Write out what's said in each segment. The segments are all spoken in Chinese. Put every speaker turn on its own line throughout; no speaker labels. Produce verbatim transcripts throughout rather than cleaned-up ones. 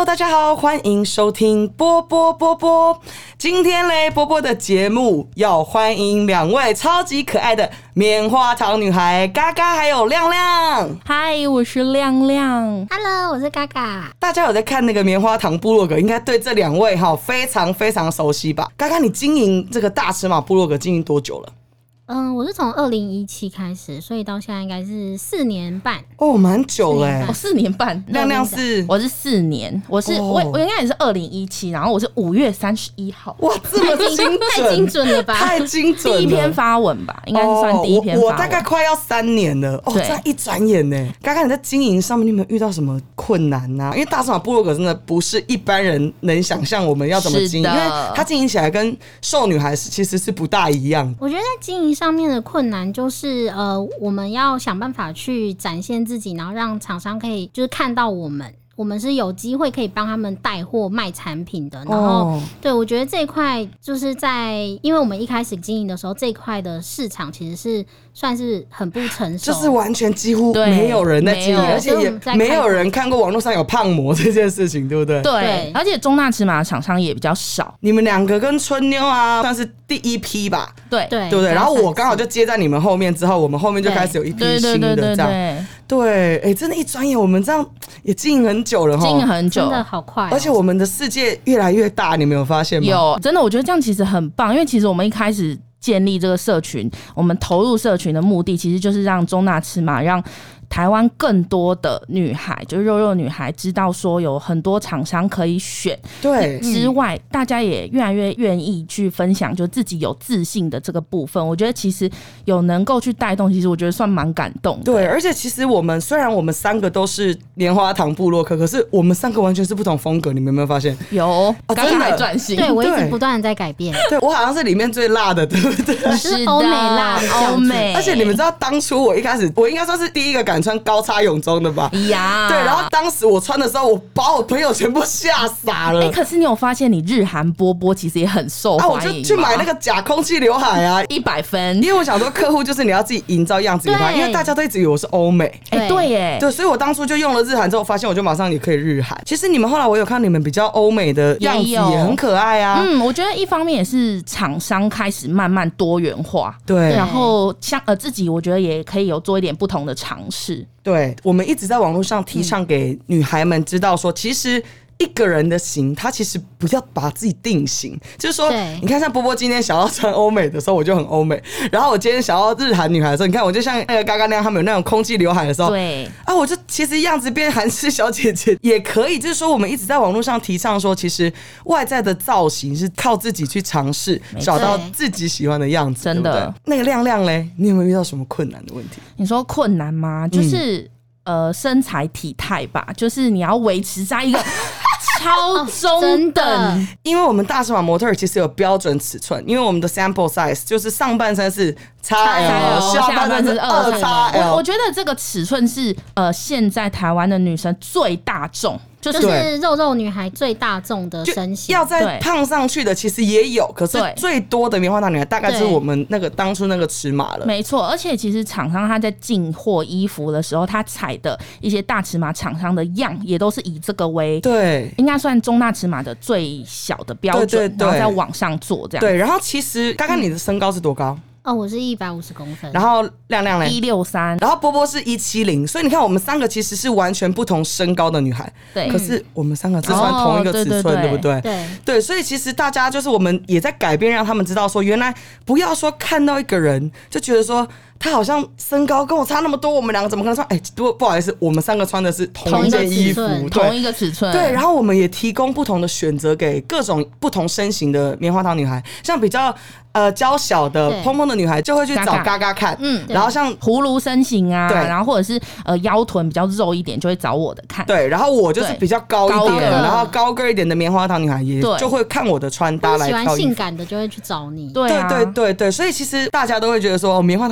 大家好，欢迎收听波波波波。今天嘞，波波的节目要欢迎两位超级可爱的棉花糖女孩嘎嘎还有亮亮。
嗨，我是亮亮。
Hello， 我是嘎嘎。
大家有在看那个棉花糖部落格，应该对这两位哈非常非常熟悉吧？嘎嘎，你经营这个大尺码部落格经营多久了？
嗯，我是从二零一七开始，所以到现在应该是四年半。
哦，蛮久嘞、欸。
哦，四年半。
亮亮是，
我是四年，我是、哦、我我应该也是二零一七，然后我是五月三十一号。
哇，这么精准，
太精准了吧？
太精准了。
第一篇发文吧，应该是算第一篇发文。
哦、我, 我大概快要三年了。哦，这样一转眼呢。刚刚你在经营上面，你有没有遇到什么困难啊？因为大尺码部落格真的不是一般人能想象我们要怎么经营，因为它经营起来跟瘦女孩其实是不大一样。
我觉得在经营上面的困难。就是呃，我们要想办法去展现自己，然后让厂商可以就是看到我们。我们是有机会可以帮他们带货卖产品的，然后、oh. 对我觉得这一块就是在，因为我们一开始经营的时候，这一块的市场其实是算是很不成熟，
就是完全几乎没有人在经营，而且也没有人看过网络上有胖模这件事情，对不对？
对，而且中大尺码的厂商也比较少。
你们两个跟春妞啊，算是第一批吧？
对
对
对不对？然后我刚好就接在你们后面之后，我们后面就开始有一批新的这样。对，哎，真的，一转眼我们这样也经营很久了哈，
经营很久，
真的好快、哦。
而且我们的世界越来越大，你没有发现吗？
有，真的，我觉得这样其实很棒，因为其实我们一开始建立这个社群，我们投入社群的目的其实就是让中大尺码让。台湾更多的女孩，就是肉肉女孩，知道说有很多厂商可以选。
对，
之外，嗯、大家也越来越愿意去分享，就自己有自信的这个部分。我觉得其实有能够去带动，其实我觉得算蛮感动的。
对，而且其实我们虽然我们三个都是棉花糖部落客，可是我们三个完全是不真风格。你们有没有发现？
有，刚刚还转型。
对，我一直不断的在改变。
对，我好像是里面最辣的，对不对？
我是欧美辣的，
欧美。
而且你们知道，当初我一开始，我应该算是第一个敢穿高叉泳装的吧？
呀，
对。然后当时我穿的时候，我把我朋友全部吓傻了。
哎、欸，可是你有发现，你日韩波波其实也很受欢迎、啊、
我就去买那个假空气刘海啊，
一百分。
因为我想说，客户就是你要自己营造样子给他，因为大家都一直以为我是欧美。
哎、欸，对耶，
对，所以我当初就用了日韩之后，发现我就马上也可以日韩。其实你们后来我有看你们比较欧美的样子，也很可爱啊。
嗯，我觉得一方面也是厂商开始慢慢多元化，
对，
然后像呃自己，我觉得也可以有做一点不同的尝试。
对，我们一直在网络上提倡给女孩们知道说，其实一个人的型，他其实不要把自己定型，就是说，你看像波波今天想要穿欧美的时候，我就很欧美；然后我今天想要日韩女孩的时候，你看我就像那个嘎嘎那样，他们有那种空气刘海的时候，
对
啊，我就其实样子变韩式小姐姐也可以。就是说，我们一直在网络上提倡说，其实外在的造型是靠自己去尝试，找到自己喜欢的样子，
真的。
对对那个亮亮嘞，你有没有遇到什么困难的问题？
你说困难吗？就是。嗯呃，身材体态吧，就是你要维持在一个超中等、哦，
因为我们大尺码模特其实有标准尺寸，因为我们的 sample size 就是上半身是 X L， 下半身是二 X L。
我觉得这个尺寸是呃，现在台湾的女生最大众。
就是肉肉女孩最大众的身形，
要再胖上去的其实也有，可是最多的棉花糖女孩大概就是我们那个当初那个尺码了。
没错，而且其实厂商他在进货衣服的时候，他采的一些大尺码厂商的样，也都是以这个为对，应该算中大尺码的最小的标准，对对对，然后再往上做这样。
对，然后其实刚刚你的身高是多高？
哦，我是一百五十公分，
然后亮亮嘞
一六三，
然后波波是一七零，所以你看我们三个其实是完全不同身高的女孩，对，可是我们三个是穿同一个尺寸，哦、对, 对, 对, 对不对？
对
对，所以其实大家就是我们也在改变，让他们知道说，原来不要说看到一个人就觉得说他好像身高跟我差那么多，我们两个怎么可能穿？哎、欸，不不好意思，我们三个穿的是同一件衣服，
同一个尺寸，
对。然后我们也提供不同的选择给各种不同身形的棉花糖女孩，像比较。呃，娇小的蓬蓬的女孩就会去找嘎嘎看，嗯，然后像
葫芦身形啊，对，然后或者是呃腰臀比较肉一点，就会找我的看，
对，然后我就是比较高一点，然后高个一点的棉花糖女孩也就会看我的穿搭来挑衣服，
喜欢性感的就会去找你，
对、啊、
对对对对，所以其实大家都会觉得说，哦，棉花糖女孩是不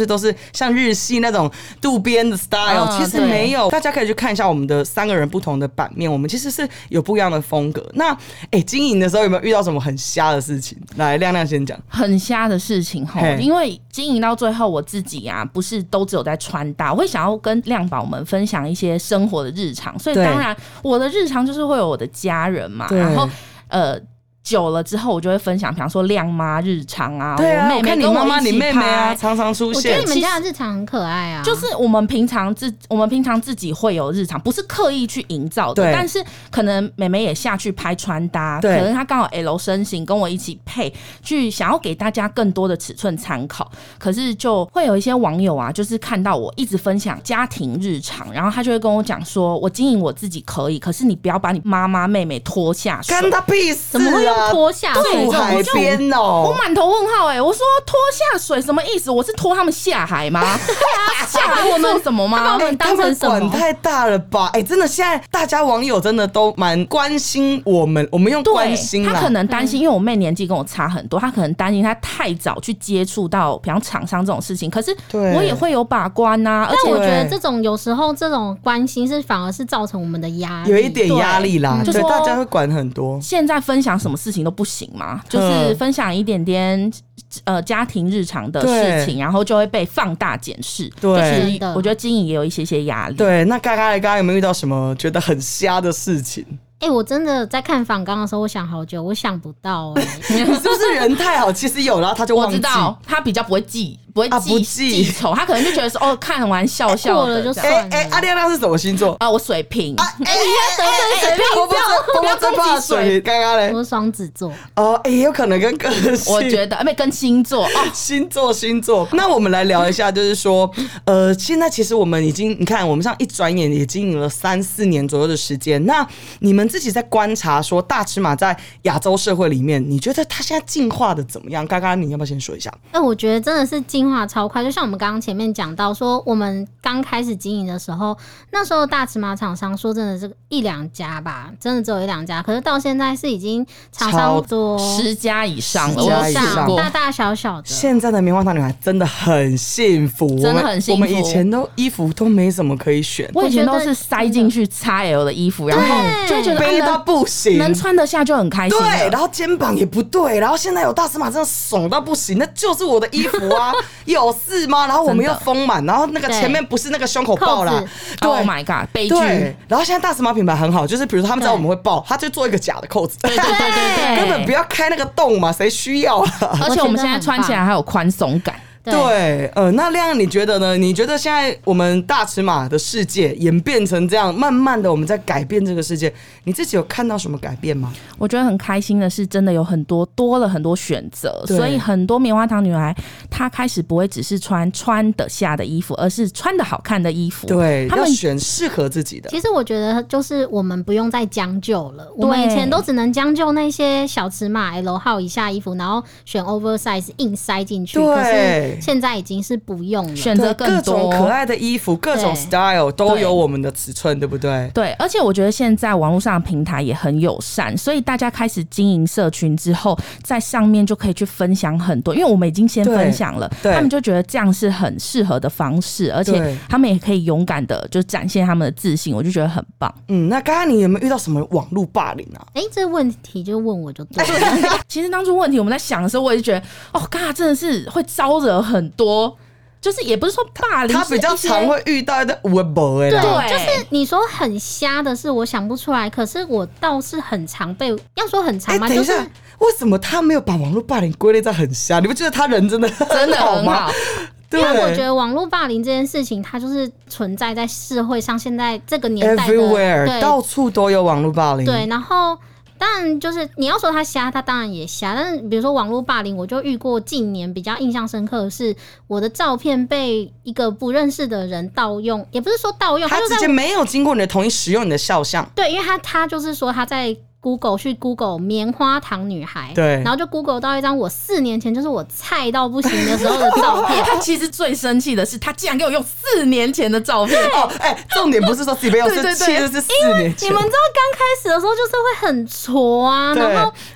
是都是像日系那种渡边的 style？、嗯、其实没有，大家可以去看一下我们的三个人不同的版面，我们其实是有不一样的风格。那哎、欸，经营的时候有没有遇到什么很瞎的事情？来，亮亮先讲。
很瞎的事情吼，因为经营到最后，我自己啊不是都只有在穿搭，我会想要跟亮宝们分享一些生活的日常，所以当然我的日常就是会有我的家人嘛，然后呃。久了之后，我就会分享，比方说亮妈日常啊，
对啊，
我妹妹跟我一起拍，
我看你妈妈、你妹妹啊，常常出现。
我觉得你们家的日常很可爱啊，
就是我们平常自我们平常自己会有日常，不是刻意去营造的，但是可能妹妹也下去拍穿搭，可能她刚好 L 身形跟我一起配，去想要给大家更多的尺寸参考。可是就会有一些网友啊，就是看到我一直分享家庭日常，然后他就会跟我讲说，我经营我自己可以，可是你不要把你妈妈妹妹拖下水，
干他屁事啊！
怎么会用拖下水？
住海边哦，
我满头问号哎、欸！我说拖下水什么意思？我是拖他们下海吗？对啊，下海我们做什么吗？
把我们当成什么？
管太大了吧？哎、欸，真的，现在大家网友真的都蛮关心我们，我们用关心啦。
他可能担心，因为我妹年纪跟我差很多，他可能担心他太早去接触到，比方厂商这种事情。可是我也会有把关呐、啊，而且
我觉得这种有时候这种关心是反而是造成我们的压力，
有一点压力啦。对，
对，
大家会管很多。
现在分享什么事情都不行嘛，就是分享一点点呃家庭日常的事情，然后就会被放大检视。对，就是我觉得经营也有一是一些压力。
对，那刚刚刚刚有没有遇到什么觉得很瞎的事情？
哎、欸，我真的在看访纲的时候，我想好久，我想不到哎、欸，
你是不是人太好？其实有，然后他就忘记。
我知道他比较不会记，不会记、啊、不记仇，他可能就觉得说哦，看完笑笑的，
过了就算了。
哎哎，阿亮亮是什么星座
啊？我水瓶。
哎、啊，你在得罪水瓶座？
我不要攻击水瓶。刚刚嘞，
我是双子座。
哦，哎、欸，有可能跟个性，
我觉得没跟星座哦，
星座星座。那我们来聊一下，就是说，呃，现在其实我们已经，你看，我们上一转眼也经营了三四年左右的时间。那你们自己在观察。说大尺码在亚洲社会里面，你觉得它现在进化的怎么样？刚刚你要不要先说一下？
哎、欸，我觉得真的是进化超快。就像我们刚刚前面讲到，说我们刚开始经营的时候，那时候大尺码厂商说真的是一两家吧，真的只有一两家。可是到现在是已经厂商多
十家以上了，
十家以上，
大大小小的。
现在的棉花糖女孩真的很幸福，
真的很幸福。
我们以前都衣服都没什么可以选，
我以前都是塞进去 X L 的衣服，然后就会觉得
背到不行。
能穿得下就很开心。
对，然后肩膀也不对，然后现在有大尺码，真的爽到不行，那就是我的衣服啊，有事吗？然后我们又丰满，然后那个前面不是那个胸口爆啦，
对 ，Oh my god， 悲剧。
然后现在大尺码品牌很好，就是比如说他们知道我们会爆，他就做一个假的扣子，
对对对对对，
根本不要开那个洞嘛，谁需要啊？
而且我们现在穿起来还有宽松感。
对，呃，那亮亮你觉得呢？你觉得现在我们大尺码的世界演变成这样，慢慢的我们在改变这个世界，你自己有看到什么改变吗？
我觉得很开心的是，真的有很多多了很多选择，所以很多棉花糖女孩她开始不会只是穿穿得下的衣服，而是穿得好看的衣服。
对，他们要选适合自己的。
其实我觉得就是我们不用再将就了，我们以前都只能将就那些小尺码 L 号以下衣服，然后选 oversize 硬塞进去。可是现在已经是不用了，
选择更多
各种可爱的衣服，各种 style 都有我们的尺寸，对不对？
对，而且我觉得现在网络上的平台也很友善，所以大家开始经营社群之后，在上面就可以去分享很多，因为我们已经先分享了，他们就觉得这样是很适合的方式，而且他们也可以勇敢的就展现他们的自信，我就觉得很棒。
嗯，那刚刚你有没有遇到什么网络霸凌啊？
哎、欸，这个问题就问我就对了。
其实当初问题我们在想的时候，我也觉得哦，刚刚真的是会招惹很多。就是也不是说霸凌，
他比较常会遇到的微博。
对，就是你说很瞎的事，我想不出来。可是我倒是很常被，要说很常吗？
欸、
就是
为什么他没有把网络霸凌归类在很瞎？你不觉得他人真的
真的很好？
因为我觉得网络霸凌这件事情，它就是存在在社会上，现在这个年代的
everywhere 到处都有网络霸凌。
对，然后。当然，就是你要说他瞎，他当然也瞎。但是比如说网络霸凌，我就遇过近年比较印象深刻的是，我的照片被一个不认识的人盗用，也不是说盗用，
他直接没有经过你的同意使用你的肖像。
对，因为他他就是说他在。Google 去 Google 棉花糖女孩，
对，
然后就 Google 到一张我四年前就是我菜到不行的时候的照片。
他其实最生气的是，他竟然给我用四年前的照片。
哦，哎、欸，重点不是说自己没有，是其实是四年前。
你们知道刚开始的时候就是会很挫啊，然后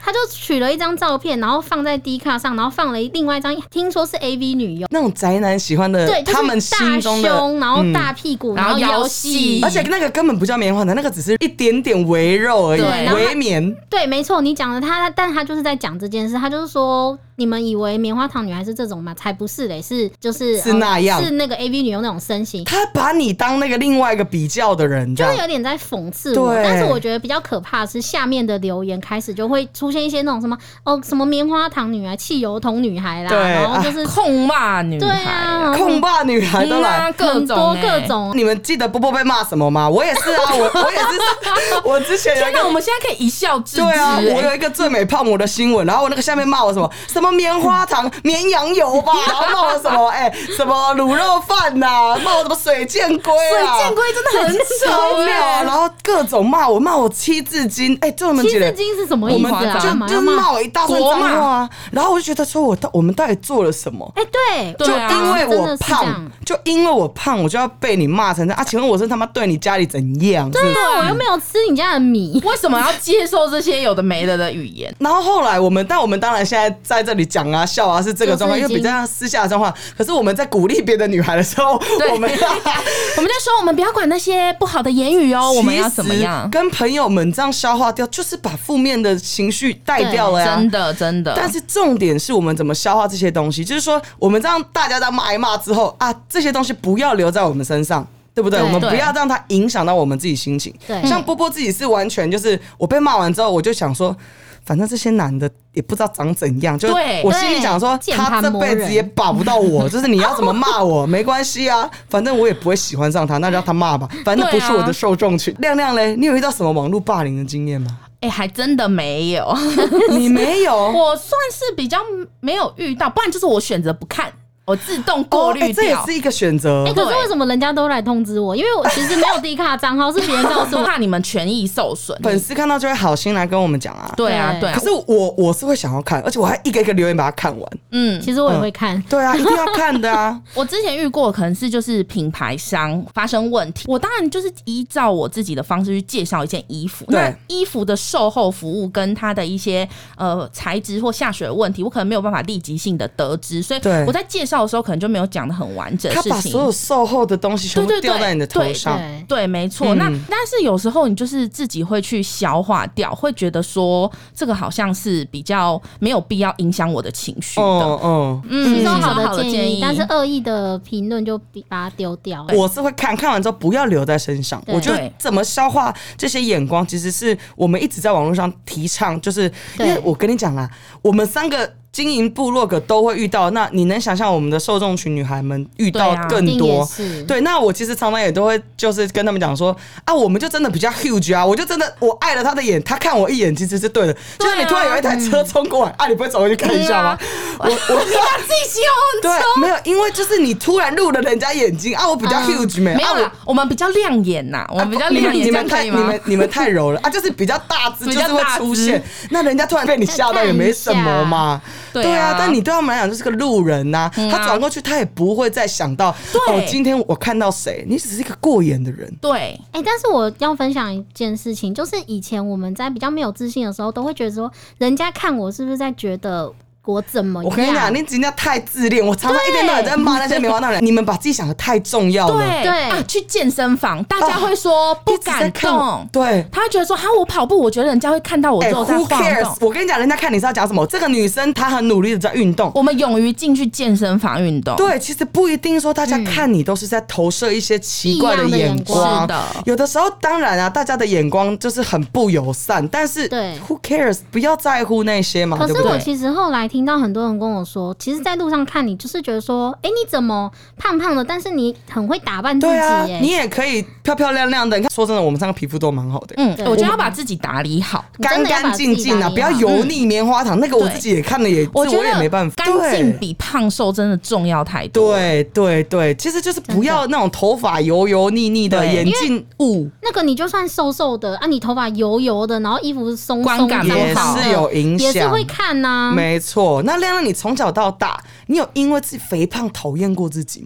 他就取了一张照片，然后放在 D 卡上，然后放了另外一张，听说是 A V 女优，
那种宅男喜欢的，
对，就是、
他们心中的，
大胸，然后大屁股，
嗯、
然后腰细，
而且那个根本不叫棉花糖，那个只是一点点微肉而已，微棉。
对，没错，你讲的他，但他就是在讲这件事，他就是说。你们以为棉花糖女孩是这种吗？才不是嘞，是就是
是那样、
呃，是那个 A V 女优那种身形。
他把你当那个另外一个比较的人，
就是有点在讽刺我。但是我觉得比较可怕的是下面的留言开始就会出现一些那种什么哦什么棉花糖女孩、汽油桶女孩啦，然后就是、
啊、控骂女孩，
对啊，
控骂女孩都来，
嗯、各种、欸、
很多各种。
你们记得波波被骂什么吗？我也是啊，我我也是，我之前有一个，
天哪，我们现在可以一笑置之、
欸。对啊，
我
有一个最美泡沫的新闻，然后我那个下面骂我什么什么棉花糖。绵羊油吧，然后骂我什么哎、欸、什么卤肉饭呐、啊，骂我什么水箭龟啊，
水箭龟真的很丑哎、
欸，然后各种骂我，骂我七字经，哎、欸，就你们
七字经是什么意思啊？
就就是骂我一大串脏话啊，然后我就觉得说我到我们到底做了什么？
哎、欸，对，
就因为我胖，就因为我胖，我就要被你骂成这样啊？请问我是他妈对你家里怎样？
对啊，我又没有吃你家的米，
为什么要接受这些有的没的的语言？
然后后来我们，但我们当然现在在这里讲啊笑啊。是这个状况，因为比较私下的状况。可是我们在鼓励别的女孩的时候，我们要
我们在说，我们不要管那些不好的言语哦，我们要怎么样
跟朋友们这样消化掉，就是把负面的情绪带掉了呀。
真的真的。
但是重点是我们怎么消化这些东西，就是说我们这样大家这样骂一骂之后啊，这些东西不要留在我们身上。对不对？对，我们不要让它影响到我们自己心情。
对，
像波波自己是完全就是我被骂完之后，我就想说。反正这些男的也不知道长怎样，就我心里想说，他这辈子也把不到我，就是你要怎么骂我没关系啊，反正我也不会喜欢上他，那让他骂吧，反正不是我的受众群。亮亮嘞，你有遇到什么网络霸凌的经验吗？
哎、欸，还真的没有。
你没有？
我算是比较没有遇到，不然就是我选择不看。我自动过滤掉、哦欸，
这也是一个选择。
哎、欸，可是为什么人家都来通知我？因为我其实没有 D 卡账号，是别人告诉我，
怕你们权益受损。
粉丝看到就会好心来跟我们讲啊。
对啊，对啊。
可是我我是会想要看，而且我还一个一个留言把它看完。
嗯，其实我也会看。
嗯、对啊，一定要看的啊。
我之前遇过，可能是就是品牌商发生问题，我当然就是依照我自己的方式去介绍一件衣服。那衣服的售后服务跟它的一些呃材质或下水的问题，我可能没有办法立即性的得知，所以我在介绍的时候可能就没有讲得很完整的事情，
他把所有售后的东西全部掉在你的头上，
对对对，对，没错。嗯、那但是有时候你就是自己会去消化掉，会觉得说这个好像是比较没有必要影响我的情绪的。
嗯嗯，
嗯，吸收好的建议，但是恶意的评论就把它丢掉。
我是会看看完之后不要留在身上。我觉得怎么消化这些眼光，其实是我们一直在网络上提倡，就是因为我跟你讲啊，我们三个。经营部落格都会遇到，那你能想象我们的受众群女孩们遇到更多？对, 啊、对，那我其实常常也都会就是跟他们讲说啊，我们就真的比较 huge 啊，我就真的我爱了他的眼，他看我一眼其实是对的。就像你突然有一台车冲过来，嗯、啊，你不会走过去看一下吗？啊、我我
你把自己形容很
对，没有，因为就是你突然入了人家眼睛啊，我比较 huge 没、
嗯、没有啦、啊，我们比较亮眼呐，我们比较亮眼，
你们太你们你们太柔了啊，就是比较大只，就是会出现。那人家突然被你吓到也没什么嘛，
对 啊,
對啊，但你。对他们来讲就是个路人呐、啊嗯啊，他转过去他也不会再想到哦，今天我看到谁，你只是一个过眼的人。
对，
哎、欸，但是我要分享一件事情，就是以前我们在比较没有自信的时候，都会觉得说，人家看我是不是在觉得。我怎么样？
我跟你讲，你今天太自恋。我常常一天到晚在骂那些棉花糖人，你们把自己想的太重要了。
对
对
啊，去健身房，大家会说不敢动，
对，
他会觉得说，哈，我跑步，我觉得人家会看到我之后在晃动。
欸、我跟你讲，人家看你是要讲什么？这个女生她很努力的在运动，
我们勇于进去健身房运动。
对，其实不一定说大家看你都是在投射一些奇怪的眼光。
是的，
有的时候当然啊，大家的眼光就是很不友善，但是
对
，Who cares？ 不要在乎那些嘛。
可是
对不对？
我其实后来听到很多人跟我。我说，其实，在路上看你，就是觉得说，哎、欸，你怎么胖胖的？但是你很会打扮自己耶，
对啊，你也可以漂漂亮亮的。你看，说真的，我们三个皮肤都蛮好的。
嗯，我觉得要把自己打理好，
干干净净啊，不要油腻棉花糖。嗯、那个我自己也看了也，我觉得也没办法。
干净比胖瘦真的重要太多。
对对对，其实就是不要那种头发油油腻腻的，眼镜雾。
那个你就算瘦瘦的啊，你头发油油的，然后衣服松松的，
也是有影响，
也是会看呐、啊。
没错，那亮亮，你从小到大。你有因为自己肥胖讨厌过自己吗？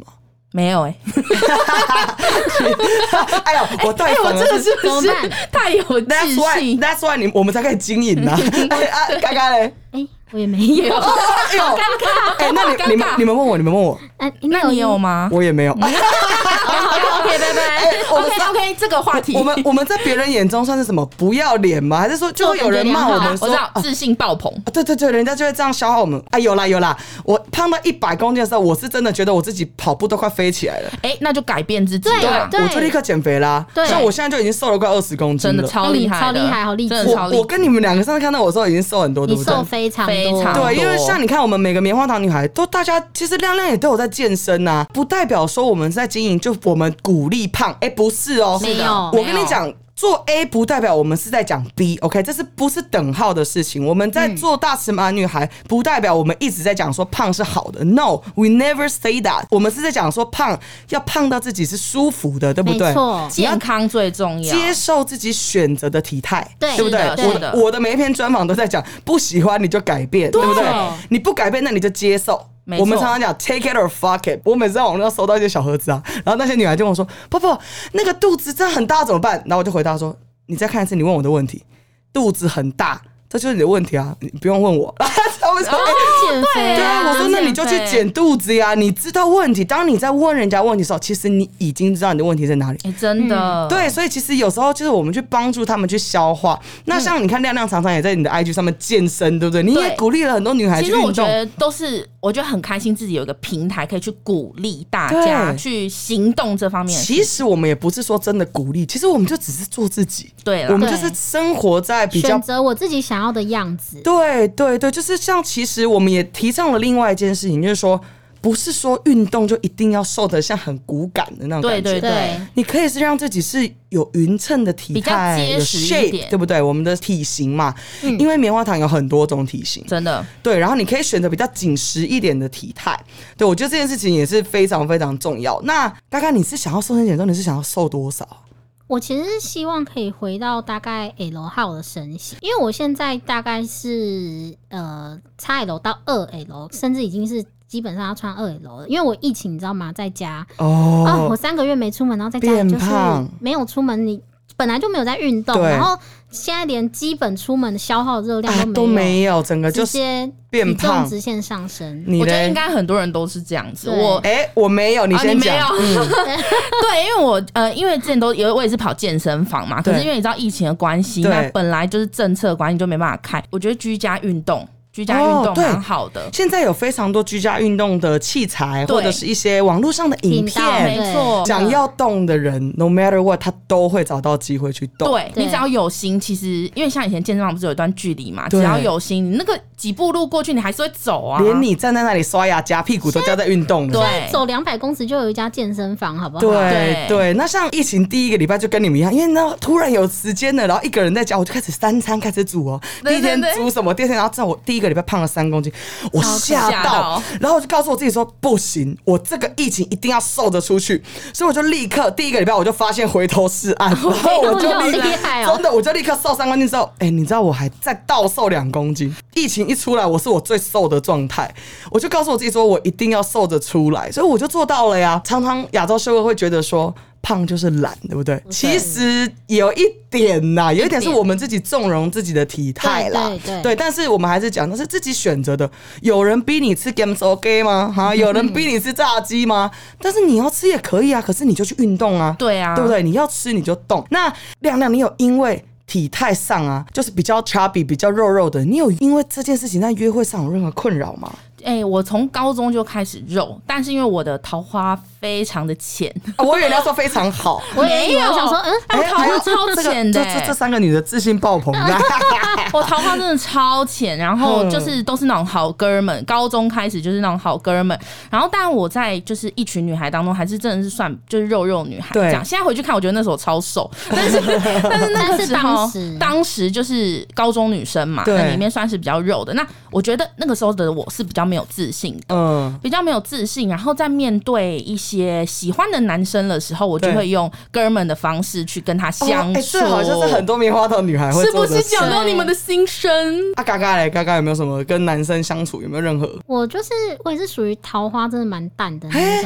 没有哎、
欸，哎呦，我太
我真的是不是太有自
That's why,
信
That's why 你我们才可以经营呐、啊。哎啊，嘎嘎嘞，
哎、欸，我也没有，
哎呦，
尴尬。
哎、欸，那你你们你们问我，你们问我，
哎、欸，
那你有吗？
我也没有。
好 ，OK， 拜拜。OK OK， 这个话题，
我们我们在别人眼中算是什么？不要脸吗？还是说就会有人骂我们说？
我知道自信爆棚、
啊。对对对，人家就会这样消耗我们。哎，有啦有啦，我胖到一百公斤的时候，我是真的觉得我自己跑步都快飞起来了。
哎、欸，那就改变自己
了，
对，我就立刻减肥啦。对，像我现在就已经瘦了快二十公斤了，
真的超厉害，
超厉害，好励志。
我我跟你们两个上次看到我的时候已经瘦很多，对不对？
你瘦非常
非常
多。
对，因为像你看，我们每个棉花糖女孩都，大家其实亮亮也都有在健身呐、啊，不代表说我们在经营就我们鼓励胖，哎、欸，不是哦、喔，
没有。
我跟你讲。做 A 不代表我们是在讲 B，OK，、okay? 这是不是等号的事情？我们在做大尺码女孩，不代表我们一直在讲说胖是好的。No，we never say that。我们是在讲说胖要胖到自己是舒服的，对不对？
没错，
健康最重要，
接受自己选择的体态，
对，
对不对？
我的
我的每一篇专访都在讲，不喜欢你就改变， 对, 对不对？你不改变，那你就接受。我们常常讲 take it or fuck it。我每次在网上收到一些小盒子啊，然后那些女孩就跟我说：“婆婆，那个肚子真的很大怎么办？”然后我就回答说：“你再看一次你问我的问题，肚子很大，这就是你的问题啊，你不用问我。”他们说：“
减肥
对啊，我说那你就去减肚子呀。你知道问题，当你在问人家问题的时候，其实你已经知道你的问题在哪里。
哎、欸，真的、嗯，
对，所以其实有时候就是我们去帮助他们去消化。那像你看亮亮常常也在你的 I G 上面健身，对不对？你也鼓励了很多女孩去运动。
其实我觉得都是，我觉得很开心自己有一个平台可以去鼓励大家去行动这方面。
其实我们也不是说真的鼓励，其实我们就只是做自己。
对了，
我们就是生活在比较
选择我自己想要的样子。
对对对，就是像其实我们也提倡了另外一件事情，就是说。不是说运动就一定要瘦得像很骨感的那种感觉，
对对对，
你可以是让自己是有匀称的体态，
比较结实一点，
shape, 对不对？我们的体型嘛、嗯，因为棉花糖有很多种体型，
真的。
对，然后你可以选择比较紧实一点的体态，对我觉得这件事情也是非常非常重要。那大概你是想要瘦身减重，你是想要瘦多少？
我其实是希望可以回到大概 L 号的身形，因为我现在大概是呃 X L 到二 L， 甚至已经是基本上要穿二 L 了。因为我疫情你知道吗，在家哦、啊，我三个月没出门，然后在家里就是没有出门，你本来就没有在运动，然后现在连基本出门的消耗热量都没有，啊、
都没有，整个就是变胖，
体重直线上升。
我觉得应该很多人都是这样子。我
哎、欸，我没有，你先讲。啊
嗯、对，因为我呃，因为之前都有我也是跑健身房嘛，可是因为你知道疫情的关系，那本来就是政策的关系就没办法开。我觉得居家运动。居家运动蛮好的、哦，
现在有非常多居家运动的器材，或者是一些网络上的影片，
没错。
想要动的人 ，no matter what， 他都会找到机会去动。
对，你只要有心，其实因为像以前健身房不是有一段距离嘛，只要有心，你那个几步路过去，你还是会走啊。
连你站在那里刷牙夹屁股都叫在运动了。
对，走两百公尺就有一家健身房，好不好？
对对。那像疫情第一个礼拜就跟你们一样，因为呢突然有时间了，然后一个人在家，我就开始三餐开始煮哦。第一天煮什么？第二天，然后知道我第一个礼拜胖了三公斤。我吓到，然后我就告诉我自己说不行，我这个疫情一定要瘦得出去，所以我就立刻第一个礼拜我就发现回头是岸，然后我就立刻真的我就立刻瘦三公斤之后，哎、欸，你知道我还再倒瘦两公斤。疫情一出来，我是我最瘦的状态，我就告诉我自己说我一定要瘦得出来，所以我就做到了呀。常常亚洲社会会觉得说。胖就是懒，对不对？其实有一点呐，有一点是我们自己纵容自己的体态啦，
对对对，
对。但是我们还是讲，那是自己选择的。有人逼你吃 games OK 吗？哈，有人逼你吃炸鸡吗？但是你要吃也可以啊，可是你就去运动啊，
对啊，
对不对？你要吃你就动。那亮亮，你有因为体态上啊，就是比较 chubby、比较肉肉的，你有因为这件事情在约会上有任何困扰吗？
哎、欸，我从高中就开始肉，但是因为我的桃花非常的浅、
哦，我以为你要说非常好，
我也以为我想说，嗯，
我桃花超浅的、欸，
这这这三个女的自信爆棚的，
我桃花真的超浅，然后就是都是那种好哥们，高中开始就是那种好哥们，然后但我在就是一群女孩当中，还是真的是算就是肉肉女孩这样。现在回去看，我觉得那时候超瘦，但是但是那个时候
当时
当时就是高中女生嘛，那里面算是比较肉的。那我觉得那个时候的我是比较没有自信的，嗯，比较没有自信，然后在面对一些喜欢的男生的时候，我就会用哥们的方式去跟他相处。
这、哦欸、好像是很多棉花糖女孩会做的事，
是不是讲到你们的心声
啊？嘎嘎嘞，嘎嘎有没有什么跟男生相处有没有任何？
我就是我也是属于桃花真的蛮淡的那种。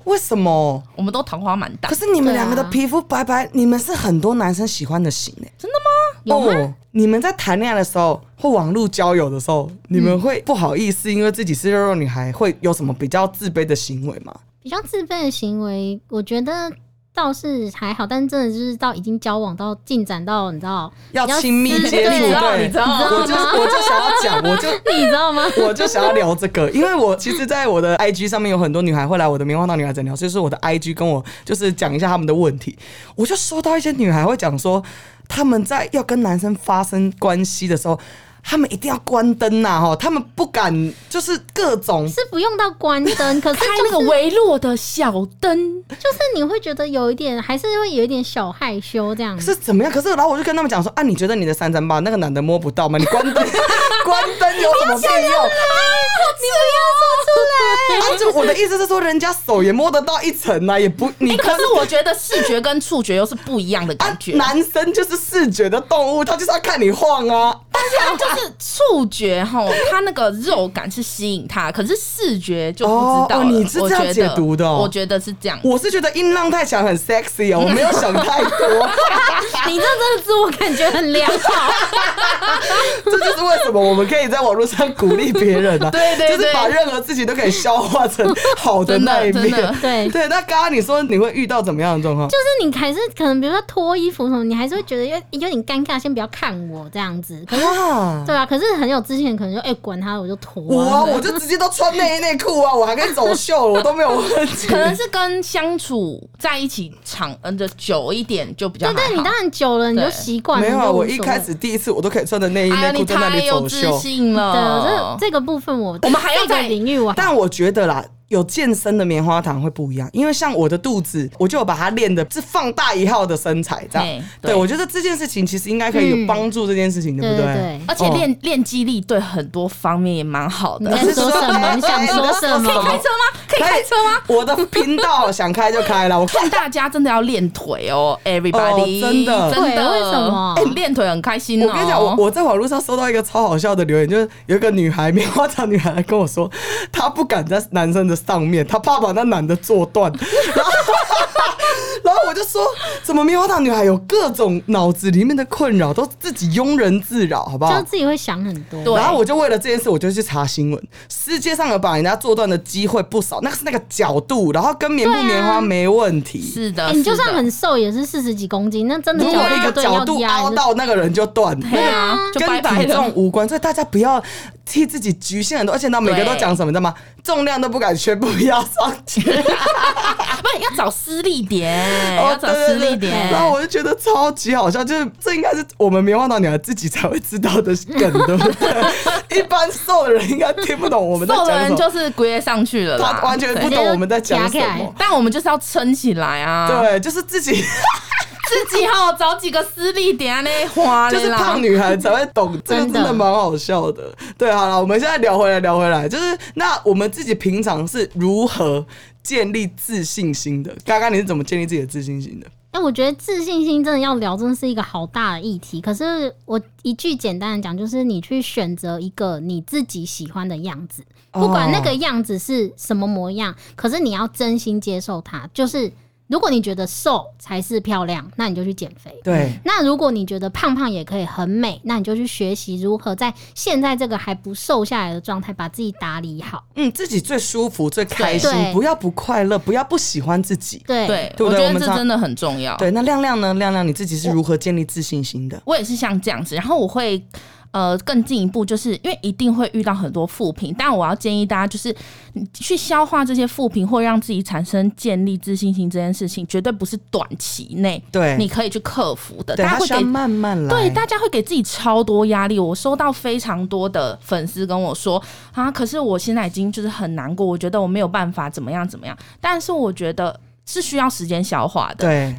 为什么？
我们都桃花蛮大。
可是你们两个的皮肤白白，你们是很多男生喜欢的型哎、欸。
真的吗？
有吗？
哦，你们在谈恋爱的时候或网络交友的时候，你们会不好意思，因为自己是肉肉女孩，会有什么比较自卑的行为吗？
比较自卑的行为，我觉得倒是还好，但真的就是到已经交往到进展到你知道
要亲密接触，
对，你知道吗？
我就我就想要讲，我就
你知道吗？
我就想要聊这个，因为我其实，在我的 I G 上面有很多女孩会来我的棉花糖女孩诊疗，就是我的 I G 跟我就是讲一下他们的问题，我就收到一些女孩会讲说，他们在要跟男生发生关系的时候。他们一定要关灯呐，哈，他们不敢，就是各种
是不用到关灯，可是、就是、
开那个微弱的小灯，
就是你会觉得有一点，还是会有一点小害羞这样。
是怎么样？可是然后我就跟他们讲说，啊，你觉得你的三三八那个男的摸不到吗？你关灯，关灯有什么屁用？
你不要说出来。
啊，就我的意思是说，人家手也摸得到一层啊，也不你、
欸。可是我觉得视觉跟触觉又是不一样的感觉。
啊、男生就是视觉的动物，他就是要看你晃啊。
但是他就是触觉吼，他那个肉感是吸引他，可是视觉就不知道了。
哦，你是这样解读的、哦？
我觉得是这样。
我是觉得音浪太强很 sexy 哦，我没有想太多。
你这真的自我感觉很良好。
这就是为什么我们可以在网络上鼓励别人啊，
对对对，
就是把任何事情都可以消化成好的那一面。
对
对，那刚刚你说你会遇到怎么样的状况？
就是你还是可能比如说脱衣服什么，你还是会觉得有有点尴尬，先不要看我这样子。可是、啊、对啊，可是很有自信的可能就哎管他，我就脱、啊。
我啊，我就直接都穿内衣内裤啊，我还可以走秀，我都没有问题。
可能是跟相处在一起长嗯的久一点就比较好。
对对，你当然久了你就习惯了。
没有啊，我一开始第一次我都可以穿着内衣内裤在那里走秀。
哎、你太有自信了。
对，这这个部分我
我们还要在
领域我，
但我觉得啦。有健身的棉花糖会不一样，因为像我的肚子，我就有把它练的是放大一号的身材，这样。对，对我觉得这件事情其实应该可以有帮助这件事情，嗯、对不对？
对对对，
而且练练肌力对很多方面也蛮好的。
你在说什么？你想说什么？
可以开车吗？可以开车吗？
我的频道想开就开了。我
看大家真的要练腿哦 ，everybody，、
哦、真的
真的，
为什么？
哎、欸，练腿很开心哦。
我跟你讲，我我在网络上收到一个超好笑的留言，就是有一个女孩棉花糖女孩来跟我说，她不敢在男生的上面，她怕。把那男的做断，然后然后我就说，怎么棉花糖女孩有各种脑子里面的困扰，都自己庸人自扰，好不好？
就自己会想很多。
然后我就为了这件事，我就去查新闻，世界上有把人家做断的机会不少，那个是那个角度，然后跟棉不棉花没问题。
啊、是的，
欸、你就算很瘦，也是四十几公斤，那真的
如果一个角度凹到那个人就断，
对啊，
跟体重无关，所以大家不要替自己局限很多，而且他每个都讲什么，你知道吗？重量都不敢全部要上去，不
要找施力点，哦、要找施力点。
然后我就觉得超级好笑，就是这应该是我们棉花糖女孩自己才会知道的梗，对不对？一般瘦的人应该听不懂我们在讲什么，
瘦的人就是直接上去了啦，
他完全不懂我们在讲什么。
但我们就是要撑起来啊！
对，就是自己。
自己好找几个私立点那花，
就是胖女孩才会懂，这个真的蛮好笑的。对，好了，我们现在聊回来，聊回来，就是那我们自己平常是如何建立自信心的？刚刚你是怎么建立自己的自信心的？
哎、欸，我觉得自信心真的要聊，真的是一个好大的议题。可是我一句简单的讲，就是你去选择一个你自己喜欢的样子，不管那个样子是什么模样，可是你要真心接受它，就是。如果你觉得瘦才是漂亮，那你就去减肥。
对。
那如果你觉得胖胖也可以很美，那你就去学习如何在现在这个还不瘦下来的状态，把自己打理好。
嗯，自己最舒服、最开心，不要不快乐，不要不喜欢自己。
对
对，
对不对？
我觉得这真的很重要。
对，那亮亮呢？亮亮，你自己是如何建立自信心的？
我, 我也是像这样子，然后我会。呃，更进一步，就是因为一定会遇到很多负评，但我要建议大家，就是去消化这些负评，或让自己产生建立自信心这件事情，绝对不是短期内对你可以去克服的。
大家会给慢慢来，
对，大家会给自己超多压力。我收到非常多的粉丝跟我说啊，可是我现在已经就是很难过，我觉得我没有办法怎么样怎么样，但是我觉得。是需要时间消化的，
对，
大家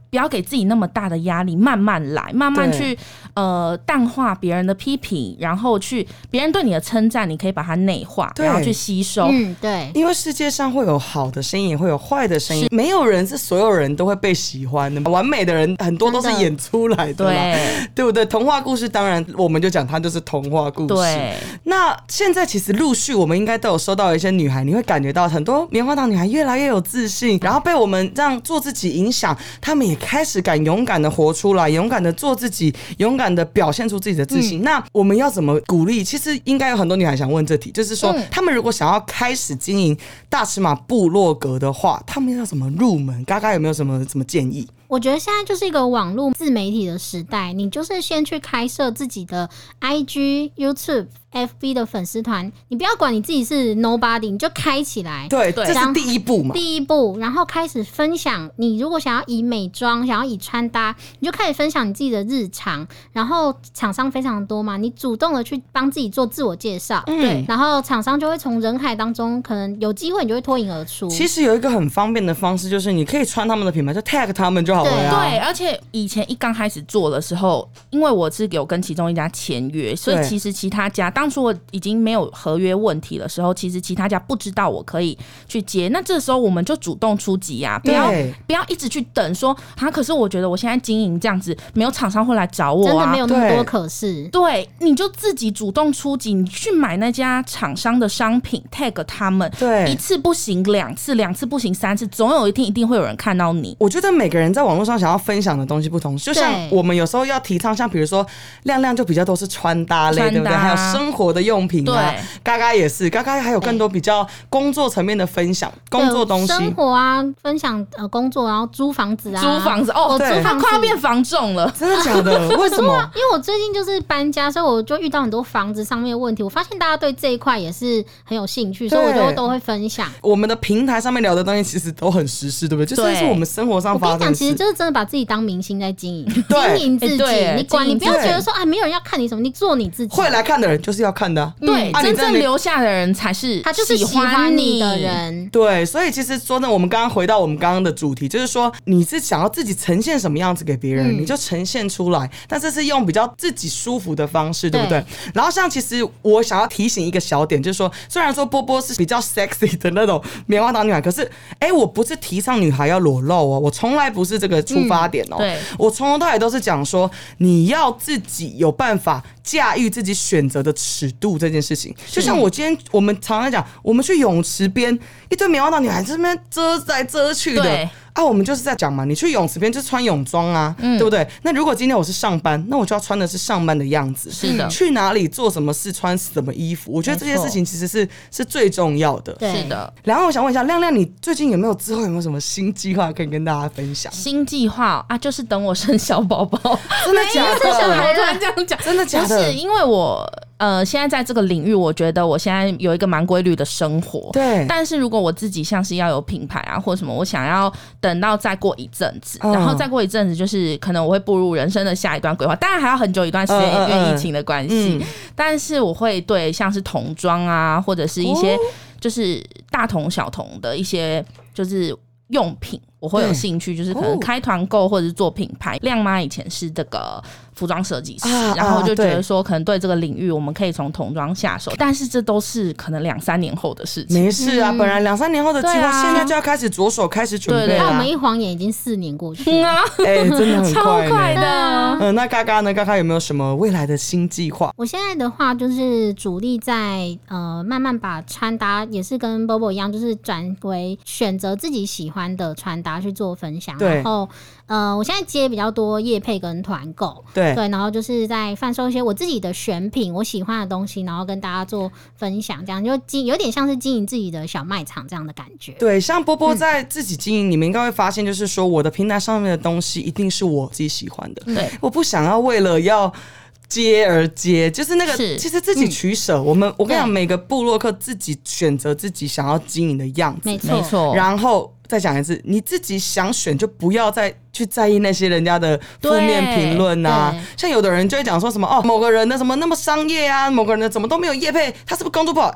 不要给自己那么大的压力，慢慢来，慢慢去呃淡化别人的批评，然后去别人对你的称赞，你可以把它内化，然后去吸收。
嗯，对，
因为世界上会有好的声音，也会有坏的声音，没有人是所有人都会被喜欢的。完美的人很多都是演出来的，对对不对？童话故事当然我们就讲它就是童话故事。对，那现在其实陆续我们应该都有收到一些女孩，你会感觉到很多棉花糖女孩越来越有自信，然后被我们这样做自己影响，她们也开始敢勇敢的活出来，勇敢的做自己，勇敢的表现出自己的自信。嗯、那我们要怎么鼓励？其实应该有很多女孩想问这题，就是说，嗯、她们如果想要开始经营大尺码部落格的话，她们要怎么入门？嘎嘎有没有什么什么建议？
我觉得现在就是一个网络自媒体的时代，你就是先去开设自己的 I G、YouTube、F B 的粉丝团，你不要管你自己是 nobody， 你就开起来。
对，这是第一步嘛。
第一步，然后开始分享。你如果想要以美妆，想要以穿搭，你就开始分享你自己的日常。然后厂商非常多嘛，你主动的去帮自己做自我介绍，嗯、对，然后厂商就会从人海当中，可能有机会你就会脱颖而出。
其实有一个很方便的方式，就是你可以穿他们的品牌，就 tag 他们就好了呀。
对，而且以前一刚开始做的时候，因为我是有跟其中一家签约，所以其实其他家当初我已经没有合约问题的时候，其实其他家不知道我可以去接。那这时候我们就主动出击啊，不要不要一直去等说啊，可是我觉得我现在经营这样子，没有厂商会来找我啊，
真的没有那么多可是。
对，你就自己主动出击，你去买那家厂商的商品 ，tag 他们，对，一次不行，两次，两次不行，三次，总有一天一定会有人看到你。
我觉得每个人在网络上想要分享的东西不同，就像我们有时候要提倡，像比如说亮亮就比较都是穿搭类，对不对？还有生活的用品啊，嘎嘎也是，嘎嘎还有更多比较工作层面的分享，工作东西，
生活啊，分享呃工作，然后租房子啊，
租房子哦，我租房子快要变房仲了，
真的假的？为什么？
因为我最近就是搬家，所以我就遇到很多房子上面的问题，我发现大家对这一块也是很有兴趣，所以我就都会分享。
我们的平台上面聊的东西其实都很时事，对不对？就是是我们生活上发生的事。
我跟你讲，其实就是真的把自己当明星在经营，经营自己。欸、你管，你不要觉得说啊，没有人要看你什么，你做你自己。
会来看的人就是要看的、啊，
对，嗯、真正留下的人才是
他就是喜欢你的人。
对，所以其实说呢，我们刚刚回到我们刚刚的主题，就是说你是想要自己呈现什么样子给别人、嗯，你就呈现出来，但是是用比较自己舒服的方式，对不对？对，然后像其实我想要提醒一个小点，就是说，虽然说波波是比较 sexy 的那种棉花糖女孩，可是哎、欸，我不是提倡女孩要裸露哦，我从来不是这个出发点哦。嗯、对，我从头到尾都是讲说，你要自己有办法驾驭自己选择的尺度这件事情。就像我今天我们常常讲，我们去泳池边，一堆棉花糖女孩在那边遮来遮去的。啊，我们就是在讲嘛，你去泳池边就穿泳装啊、嗯，对不对？那如果今天我是上班，那我就要穿的是上班的样子。
是的，
去哪里做什么事，穿什么衣服，我觉得这件事情其实是是最重要的。
是的。
然后我想问一下，亮亮，你最近有没有之后有没有什么新计划可以跟大家分享？
新计划啊，就是等我生小宝宝。
真的假的？
小孩突然这样讲，
真的假的？
不是，因为我。呃，现在在这个领域，我觉得我现在有一个蛮规律的生活。对。但是如果我自己像是要有品牌啊，或什么，我想要等到再过一阵子、嗯，然后再过一阵子，就是可能我会步入人生的下一段规划。当然还要很久一段时间，因为疫情的关系、嗯。但是我会对像是童装啊，或者是一些就是大童小童的一些就是用品。我会有兴趣，就是可能开团购或者是做品牌。亮妈以前是这个服装设计师、啊，然后就觉得说，可能对这个领域我们可以从童装下手，但是这都是可能两三年后的事情。
没事啊，嗯、本来两三年后的计划，现在就要开始着手开始准备了。
那我们一晃眼已经四年过去了，
哎、欸，真的很快，
超快的。
嗯、呃，那嘎嘎呢？嘎嘎有没有什么未来的新计划？
我现在的话就是主力在呃，慢慢把穿搭也是跟 Bobo 一样，就是转为选择自己喜欢的穿搭去做分享。然后呃，我现在接比较多业配跟团购，对对，然后就是在贩售一些我自己的选品，我喜欢的东西，然后跟大家做分享，这样就经有点像是经营自己的小卖场这样的感觉。
对，像波波在自己经营、嗯，你们应该会发现，就是说我的平台上面的东西一定是我自己喜欢的，对，我不想要为了要接而接，就是那个其实自己取舍、嗯。我们我跟你讲，每个部落客自己选择自己想要经营的样子，
没错，
然后。再讲一次，你自己想选就不要再去在意那些人家的负面评论啊。像有的人就会讲说什么哦，某个人的什么那么商业啊，某个人的怎么都没有业配，他是不是工作不好？哎、欸，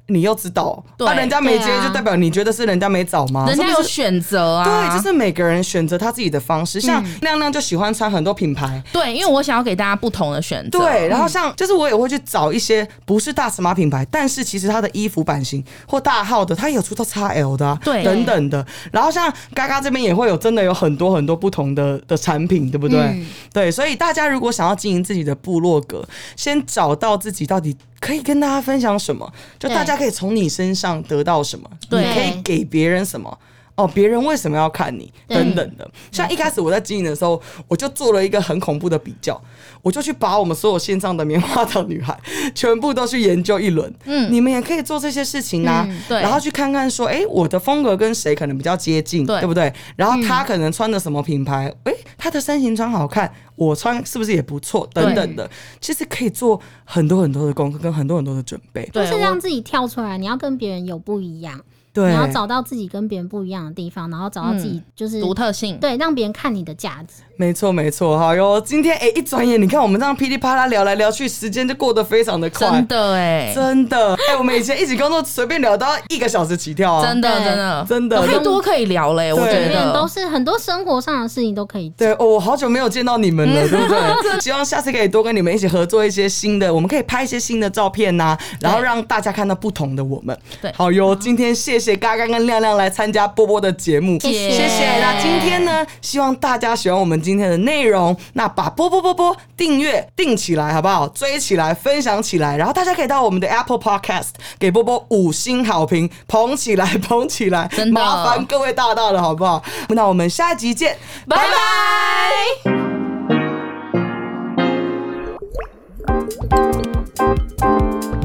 你又知道，
对、
啊，人家没接就代表你觉得是人家没找吗？
人家有选择啊，
对，就是每个人选择他自己的方式。像亮亮就喜欢穿很多品牌，
对，因为我想要给大家不同的选择。
对，然后像就是我也会去找一些不是大尺码品牌，但是其实它的衣服版型或大号的，它也有出到 X L 的、啊，
对，
等等的。然后像嘎嘎这边也会有真的有很多很多不同的的产品，对不对？嗯、对，所以大家如果想要经营自己的部落格，先找到自己到底可以跟大家分享什么，就大家可以从你身上得到什么，你可以给别人什么。哦，别人为什么要看你等等的。像一开始我在经营的时候，我就做了一个很恐怖的比较，我就去把我们所有线上的棉花糖女孩全部都去研究一轮。嗯，你们也可以做这些事情啊，嗯、对，然后去看看说，哎、欸，我的风格跟谁可能比较接近， 对, 对不对？然后他可能穿的什么品牌，哎、欸，他的身形穿好看，我穿是不是也不错？等等的，其实可以做很多很多的功课，跟很多很多的准备，
就是让自己跳出来，你要跟别人有不一样。对，你要找到自己跟别人不一样的地方，然后找到自己就是
独、嗯、特性，
对，让别人看你的价值。
没错没错，好哟！今天哎、欸，一转眼你看我们这样噼里啪啦聊来聊去，时间就过得非常的快，
真的哎、欸，
真的哎、欸，我们以前一起工作随便聊到一个小时起跳啊，
真的真的
真的
太多可以聊嘞、欸，我觉得
都是很多生活上的事情都可以讲。
对哦，我好久没有见到你们了，对不对？希望下次可以多跟你们一起合作一些新的，我们可以拍一些新的照片呐、啊，然后让大家看到不同的我们。对，好哟！今天谢谢嘎嘎跟亮亮来参加波波的节目，谢谢谢谢。那今天呢，希望大家喜欢我们今天的内容。那把波波波波订阅订起来好不好？追起来，分享起来，然后大家可以到我们的 Apple Podcast 给波波五星好评，捧起来，捧起来，真的麻烦各位大大的好不好？那我们下一集见，拜拜。